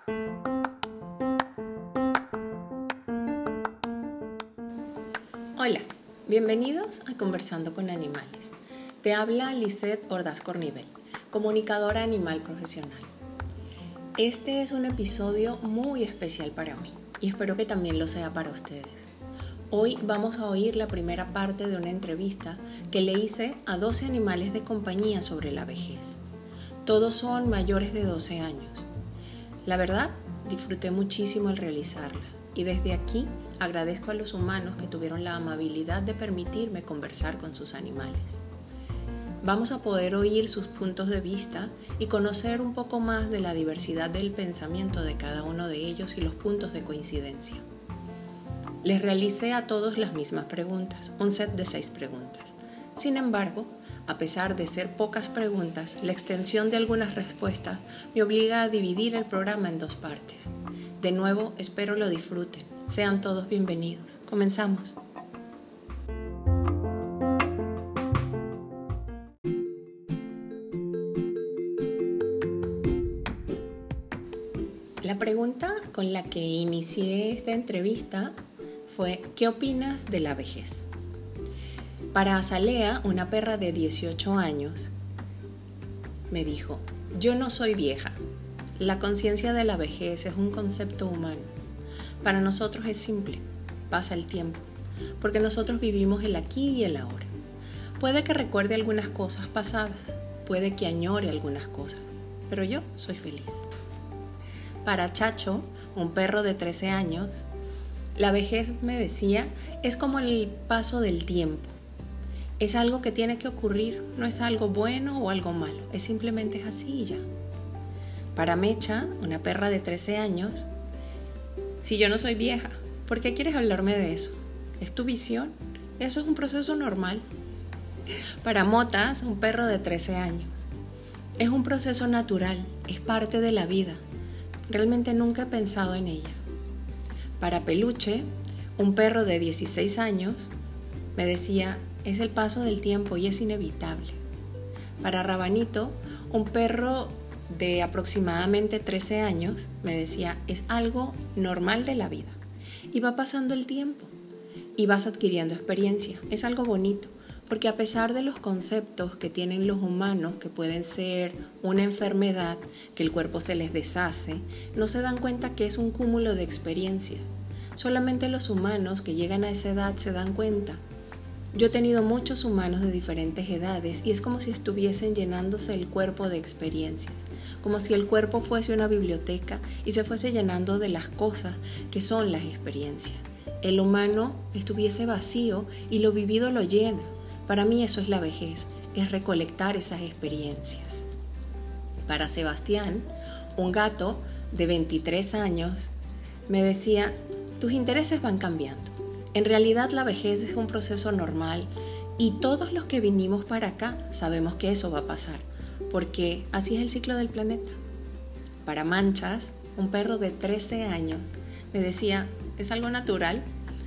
Hola, bienvenidos a Conversando con Animales. Te habla Lisette Ordaz Cornivel, comunicadora animal profesional. Este es un episodio muy especial para mí y espero que también lo sea para ustedes. Hoy vamos a oír la primera parte de una entrevista que le hice a 12 animales de compañía sobre la vejez. Todos son mayores de 12 años. La verdad, disfruté muchísimo al realizarla y desde aquí agradezco a los humanos que tuvieron la amabilidad de permitirme conversar con sus animales. Vamos a poder oír sus puntos de vista y conocer un poco más de la diversidad del pensamiento de cada uno de ellos y los puntos de coincidencia. Les realicé a todos las mismas preguntas, un set de 6 preguntas. Sin embargo, a pesar de ser pocas preguntas, la extensión de algunas respuestas me obliga a dividir el programa en 2 partes. De nuevo, espero lo disfruten. Sean todos bienvenidos. Comenzamos. La pregunta con la que inicié esta entrevista fue: ¿qué opinas de la vejez? Para Azalea, una perra de 18 años, me dijo: yo no soy vieja. La conciencia de la vejez es un concepto humano. Para nosotros es simple, pasa el tiempo, porque nosotros vivimos el aquí y el ahora. Puede que recuerde algunas cosas pasadas, puede que añore algunas cosas, pero yo soy feliz. Para Chacho, un perro de 13 años, la vejez, me decía, es como el paso del tiempo. Es algo que tiene que ocurrir, no es algo bueno o algo malo, es simplemente así y ya. Para Mecha, una perra de 13 años, si yo no soy vieja, ¿por qué quieres hablarme de eso? ¿Es tu visión? Eso es un proceso normal. Para Motas, un perro de 13 años, es un proceso natural, es parte de la vida. Realmente nunca he pensado en ella. Para Peluche, un perro de 16 años, me decía: es el paso del tiempo y es inevitable. Para Rabanito, un perro de aproximadamente 13 años, me decía: es algo normal de la vida. Y va pasando el tiempo y vas adquiriendo experiencia. Es algo bonito, porque a pesar de los conceptos que tienen los humanos, que pueden ser una enfermedad, que el cuerpo se les deshace, no se dan cuenta que es un cúmulo de experiencias. Solamente los humanos que llegan a esa edad se dan cuenta. Yo he tenido muchos humanos de diferentes edades y es como si estuviesen llenándose el cuerpo de experiencias, como si el cuerpo fuese una biblioteca y se fuese llenando de las cosas que son las experiencias. El humano estuviese vacío y lo vivido lo llena. Para mí eso es la vejez, es recolectar esas experiencias. Para Sebastián, un gato de 23 años, me decía: tus intereses van cambiando. En realidad la vejez es un proceso normal y todos los que vinimos para acá sabemos que eso va a pasar, porque así es el ciclo del planeta. Para Manchas, un perro de 13 años, me decía: es algo natural.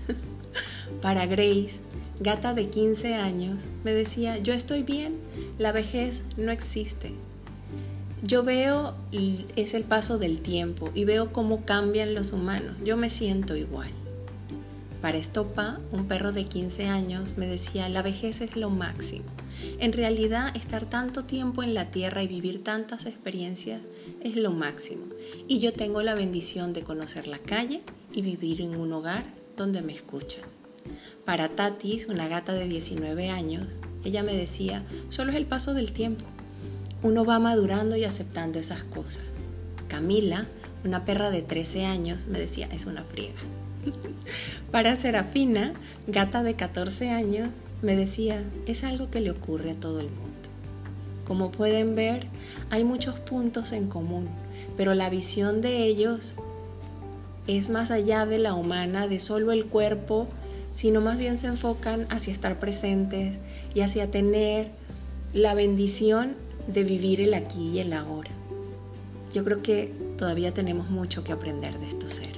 Para Grace, gata de 15 años, me decía: yo estoy bien, la vejez no existe. Yo veo, es el paso del tiempo y veo cómo cambian los humanos, yo me siento igual. Para Estopa, un perro de 15 años, me decía: la vejez es lo máximo. En realidad, estar tanto tiempo en la tierra y vivir tantas experiencias es lo máximo. Y yo tengo la bendición de conocer la calle y vivir en un hogar donde me escuchan. Para Tatis, una gata de 19 años, ella me decía: solo es el paso del tiempo. Uno va madurando y aceptando esas cosas. Camila, una perra de 13 años, me decía: es una friega. Para Serafina, gata de 14 años, me decía: es algo que le ocurre a todo el mundo. Como pueden ver, hay muchos puntos en común, pero la visión de ellos es más allá de la humana, de solo el cuerpo, sino más bien se enfocan hacia estar presentes y hacia tener la bendición de vivir el aquí y el ahora. Yo creo que todavía tenemos mucho que aprender de estos seres.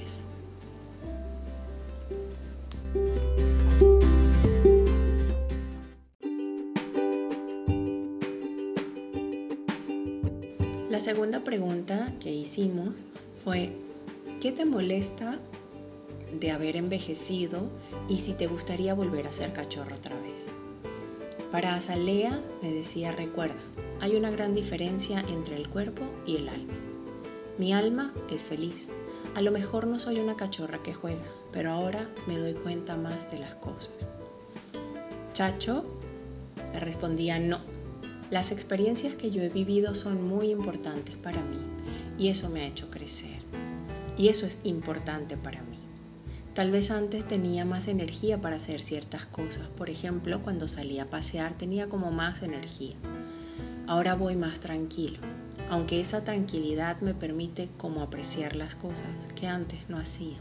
La segunda pregunta que hicimos fue: ¿qué te molesta de haber envejecido y si te gustaría volver a ser cachorro otra vez? Para Azalea me decía: recuerda, hay una gran diferencia entre el cuerpo y el alma. Mi alma es feliz. A lo mejor no soy una cachorra que juega, pero ahora me doy cuenta más de las cosas. Chacho me respondía: no, las experiencias que yo he vivido son muy importantes para mí y eso me ha hecho crecer. Y eso es importante para mí. Tal vez antes tenía más energía para hacer ciertas cosas. Por ejemplo, cuando salía a pasear tenía como más energía. Ahora voy más tranquilo, aunque esa tranquilidad me permite como apreciar las cosas que antes no hacía.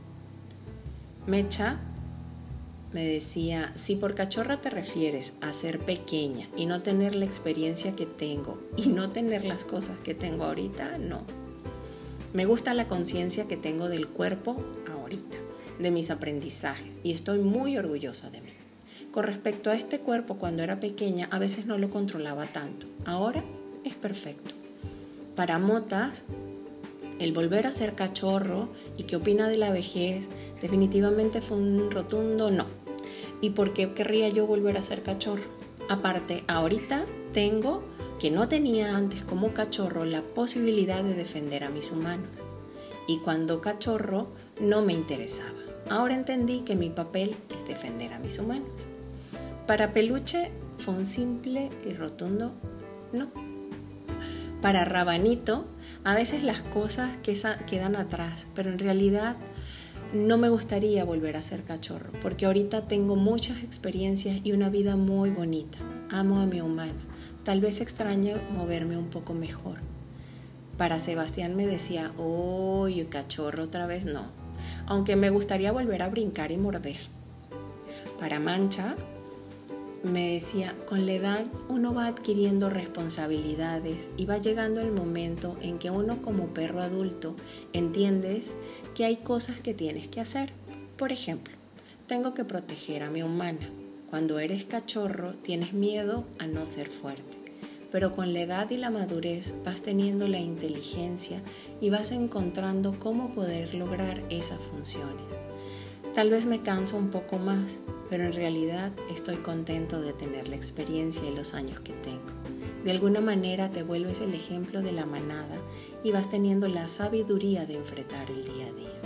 Mecha me decía: si por cachorra te refieres a ser pequeña y no tener la experiencia que tengo y no tener las cosas que tengo ahorita, no. Me gusta la conciencia que tengo del cuerpo ahorita, de mis aprendizajes, y estoy muy orgullosa de mí. Con respecto a este cuerpo, cuando era pequeña, a veces no lo controlaba tanto. Ahora es perfecto. Para Motas, el volver a ser cachorro y qué opina de la vejez, definitivamente fue un rotundo no. ¿Y por qué querría yo volver a ser cachorro? Aparte, ahorita tengo, que no tenía antes como cachorro, la posibilidad de defender a mis humanos. Y cuando cachorro no me interesaba. Ahora entendí que mi papel es defender a mis humanos. Para Peluche fue un simple y rotundo no. Para Rabanito, a veces las cosas quedan atrás, pero en realidad no me gustaría volver a ser cachorro, porque ahorita tengo muchas experiencias y una vida muy bonita. Amo a mi humana. Tal vez extraño moverme un poco mejor. Para Sebastián me decía: uy, cachorro otra vez no, aunque me gustaría volver a brincar y morder. Para Mancha me decía: con la edad uno va adquiriendo responsabilidades y va llegando el momento en que uno como perro adulto entiendes que hay cosas que tienes que hacer. Por ejemplo, tengo que proteger a mi humana. Cuando eres cachorro tienes miedo a no ser fuerte, pero con la edad y la madurez vas teniendo la inteligencia y vas encontrando cómo poder lograr esas funciones. Tal vez me canso un poco más, pero en realidad estoy contento de tener la experiencia y los años que tengo. De alguna manera te vuelves el ejemplo de la manada y vas teniendo la sabiduría de enfrentar el día a día.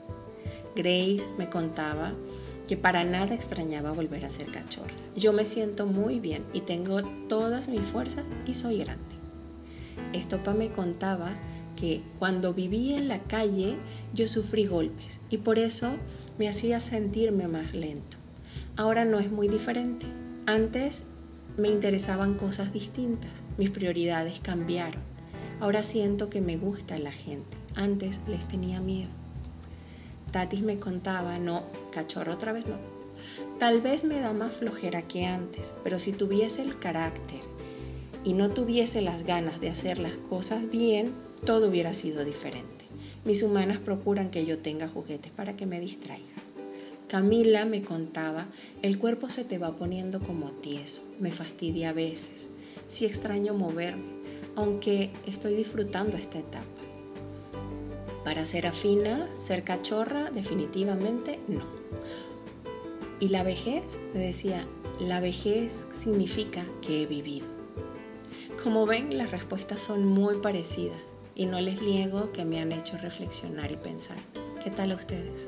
Grace me contaba que para nada extrañaba volver a ser cachorra. Yo me siento muy bien y tengo todas mis fuerzas y soy grande. Estopa me contaba que cuando viví en la calle yo sufrí golpes y por eso me hacía sentirme más lento. Ahora no es muy diferente. Antes me interesaban cosas distintas, mis prioridades cambiaron. Ahora siento que me gusta la gente. Antes les tenía miedo. Tatis me contaba: no, cachorro otra vez no. Tal vez me da más flojera que antes, pero si tuviese el carácter y no tuviese las ganas de hacer las cosas bien, todo hubiera sido diferente. Mis humanas procuran que yo tenga juguetes para que me distraiga. Camila me contaba: el cuerpo se te va poniendo como tieso, me fastidia a veces, sí extraño moverme, aunque estoy disfrutando esta etapa. Para Serafina, ser cachorra definitivamente no. Y la vejez, me decía, la vejez significa que he vivido. Como ven, las respuestas son muy parecidas y no les niego que me han hecho reflexionar y pensar. ¿Qué tal a ustedes?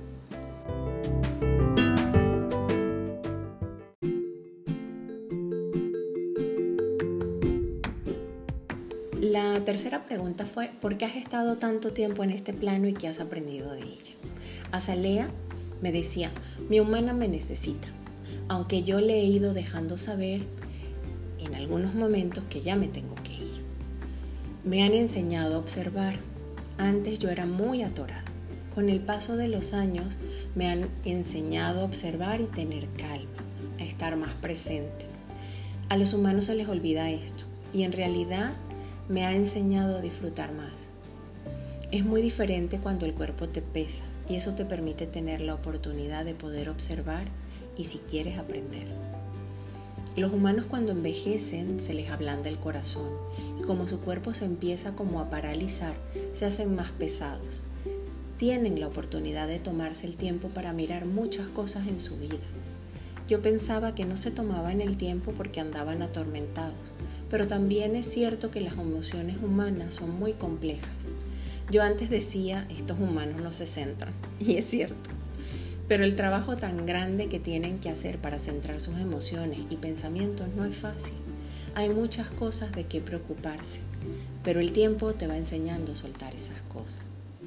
La tercera pregunta fue: ¿por qué has estado tanto tiempo en este plano y qué has aprendido de ella? Azalea me decía: mi humana me necesita, aunque yo le he ido dejando saber en algunos momentos que ya me tengo que ir. Me han enseñado a observar. Antes yo era muy atorada. Con el paso de los años me han enseñado a observar y tener calma, a estar más presente. A los humanos se les olvida esto y en realidad me ha enseñado a disfrutar más. Es muy diferente cuando el cuerpo te pesa y eso te permite tener la oportunidad de poder observar y si quieres aprender. Los humanos cuando envejecen se les ablanda el corazón y como su cuerpo se empieza como a paralizar, se hacen más pesados. Tienen la oportunidad de tomarse el tiempo para mirar muchas cosas en su vida. Yo pensaba que no se tomaban el tiempo porque andaban atormentados, pero también es cierto que las emociones humanas son muy complejas. Yo antes decía, estos humanos no se centran, y es cierto. Pero el trabajo tan grande que tienen que hacer para centrar sus emociones y pensamientos no es fácil. Hay muchas cosas de qué preocuparse, pero el tiempo te va enseñando a soltar esas cosas.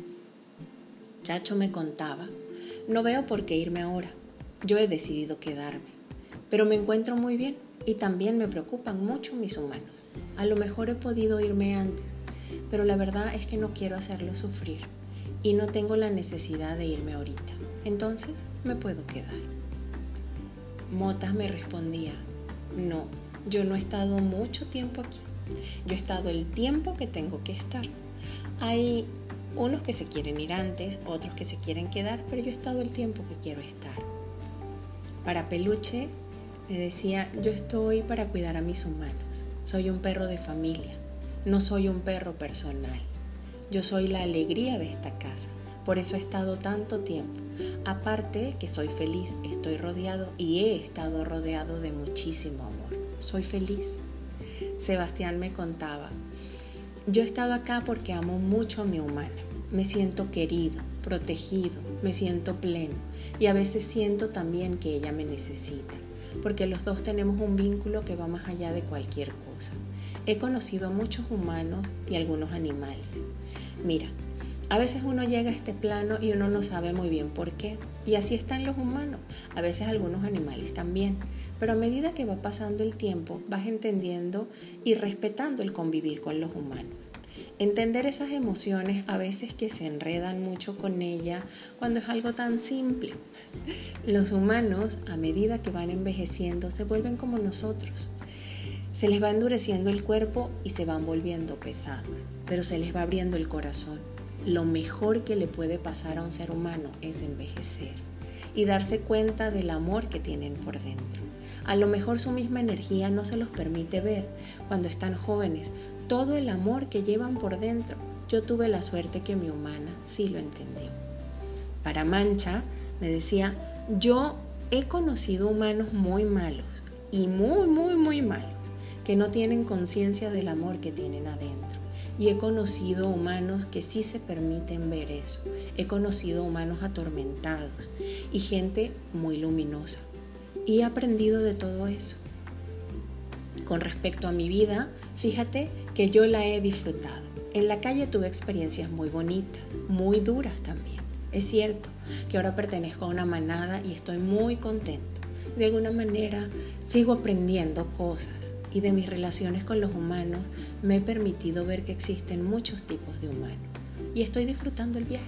Chacho me contaba, no veo por qué irme ahora. Yo he decidido quedarme, pero me encuentro muy bien y también me preocupan mucho mis humanos. A lo mejor he podido irme antes, pero la verdad es que no quiero hacerlos sufrir y no tengo la necesidad de irme ahorita. Entonces me puedo quedar. Motas me respondía, no, yo no he estado mucho tiempo aquí. Yo he estado el tiempo que tengo que estar. Hay unos que se quieren ir antes, otros que se quieren quedar, pero yo he estado el tiempo que quiero estar. Para Peluche me decía, yo estoy para cuidar a mis humanos. Soy un perro de familia, no soy un perro personal. Yo soy la alegría de esta casa, por eso he estado tanto tiempo. Aparte que soy feliz, estoy rodeado y he estado rodeado de muchísimo amor. Soy feliz. Sebastián me contaba, yo he estado acá porque amo mucho a mi humana. Me siento querido, protegido, me siento pleno y a veces siento también que ella me necesita, porque los dos tenemos un vínculo que va más allá de cualquier cosa. He conocido a muchos humanos y algunos animales. Mira, a veces uno llega a este plano y uno no sabe muy bien por qué, y así están los humanos, a veces algunos animales también, pero a medida que va pasando el tiempo vas entendiendo y respetando el convivir con los humanos. Entender esas emociones a veces que se enredan mucho con ella cuando es algo tan simple. Los humanos, a medida que van envejeciendo, se vuelven como nosotros. Se les va endureciendo el cuerpo y se van volviendo pesados, pero se les va abriendo el corazón. Lo mejor que le puede pasar a un ser humano es envejecer y darse cuenta del amor que tienen por dentro. A lo mejor su misma energía no se los permite ver cuando están jóvenes, todo el amor que llevan por dentro. Yo tuve la suerte que mi humana sí lo entendió. Para Mancha me decía, yo he conocido humanos muy malos y muy malos, que no tienen conciencia del amor que tienen adentro. Y he conocido humanos que sí se permiten ver eso. He conocido humanos atormentados y gente muy luminosa. Y he aprendido de todo eso. Con respecto a mi vida, fíjate que yo la he disfrutado. En la calle tuve experiencias muy bonitas, muy duras también. Es cierto que ahora pertenezco a una manada y estoy muy contento. De alguna manera sigo aprendiendo cosas y de mis relaciones con los humanos me he permitido ver que existen muchos tipos de humanos y estoy disfrutando el viaje.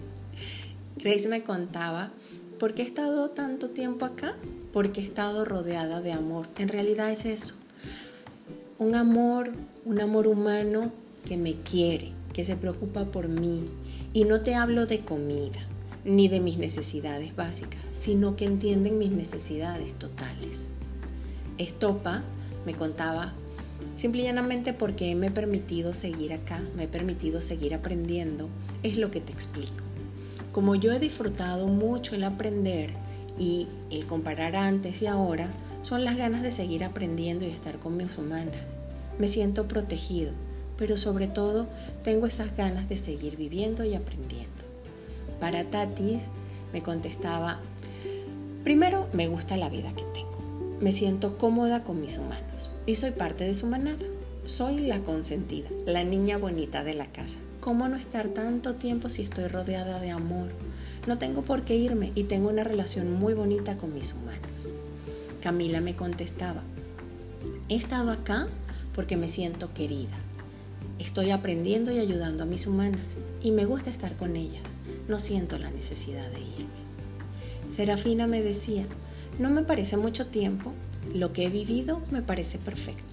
Grace me contaba, ¿por qué he estado tanto tiempo acá? Porque he estado rodeada de amor. En realidad es eso. Un amor humano que me quiere, que se preocupa por mí. Y no te hablo de comida, ni de mis necesidades básicas, sino que entienden mis necesidades totales. Estopa me contaba, simple y llanamente porque me he permitido seguir acá, me he permitido seguir aprendiendo, es lo que te explico. Como yo he disfrutado mucho el aprender y el comparar antes y ahora, son las ganas de seguir aprendiendo y estar con mis humanas. Me siento protegido, pero sobre todo tengo esas ganas de seguir viviendo y aprendiendo. Para Tati me contestaba, primero me gusta la vida que tengo. Me siento cómoda con mis humanos y soy parte de su manada. Soy la consentida, la niña bonita de la casa. ¿Cómo no estar tanto tiempo si estoy rodeada de amor? No tengo por qué irme y tengo una relación muy bonita con mis humanos. Camila me contestaba, he estado acá porque me siento querida. Estoy aprendiendo y ayudando a mis humanas y me gusta estar con ellas. No siento la necesidad de irme. Serafina me decía, no me parece mucho tiempo, lo que he vivido me parece perfecto.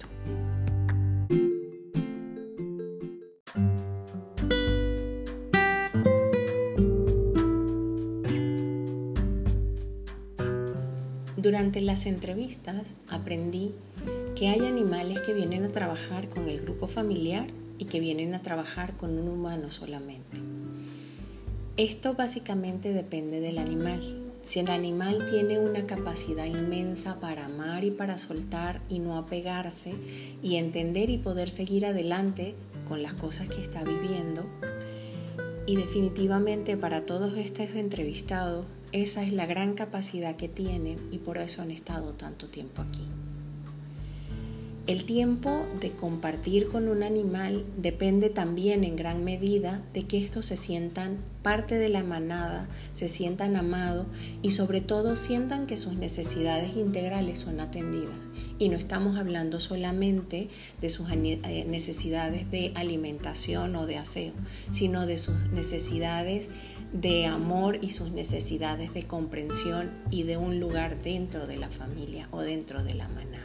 Durante las entrevistas aprendí que hay animales que vienen a trabajar con el grupo familiar y que vienen a trabajar con un humano solamente. Esto básicamente depende del animal. Si el animal tiene una capacidad inmensa para amar y para soltar y no apegarse y entender y poder seguir adelante con las cosas que está viviendo, y definitivamente para todos estos entrevistados, esa es la gran capacidad que tienen y por eso han estado tanto tiempo aquí. El tiempo de compartir con un animal depende también en gran medida de que estos se sientan parte de la manada, se sientan amados y sobre todo sientan que sus necesidades integrales son atendidas. Y no estamos hablando solamente de sus necesidades de alimentación o de aseo, sino de sus necesidades de amor y sus necesidades de comprensión y de un lugar dentro de la familia o dentro de la manada.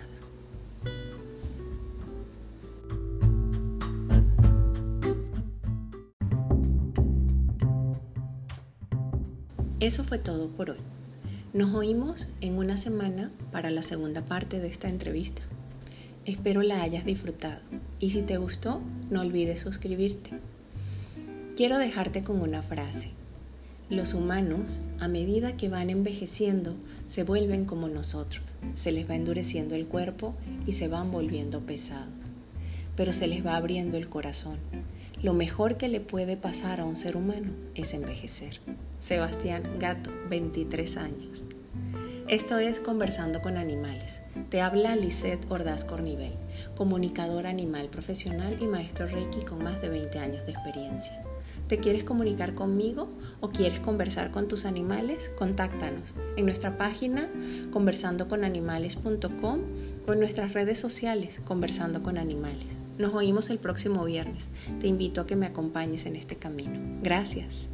Eso fue todo por hoy. Nos oímos en una semana para la segunda parte de esta entrevista. Espero la hayas disfrutado y si te gustó, no olvides suscribirte. Quiero dejarte con una frase. Los humanos, a medida que van envejeciendo, se vuelven como nosotros. Se les va endureciendo el cuerpo y se van volviendo pesados. Pero se les va abriendo el corazón. Lo mejor que le puede pasar a un ser humano es envejecer. Sebastián Gato, 23 años. Esto es Conversando con Animales. Te habla Lisette Ordaz Cornivel, comunicadora animal profesional y maestro Reiki con más de 20 años de experiencia. ¿Te quieres comunicar conmigo o quieres conversar con tus animales? Contáctanos en nuestra página conversandoconanimales.com o en nuestras redes sociales Conversando con Animales. Nos oímos el próximo viernes. Te invito a que me acompañes en este camino. Gracias.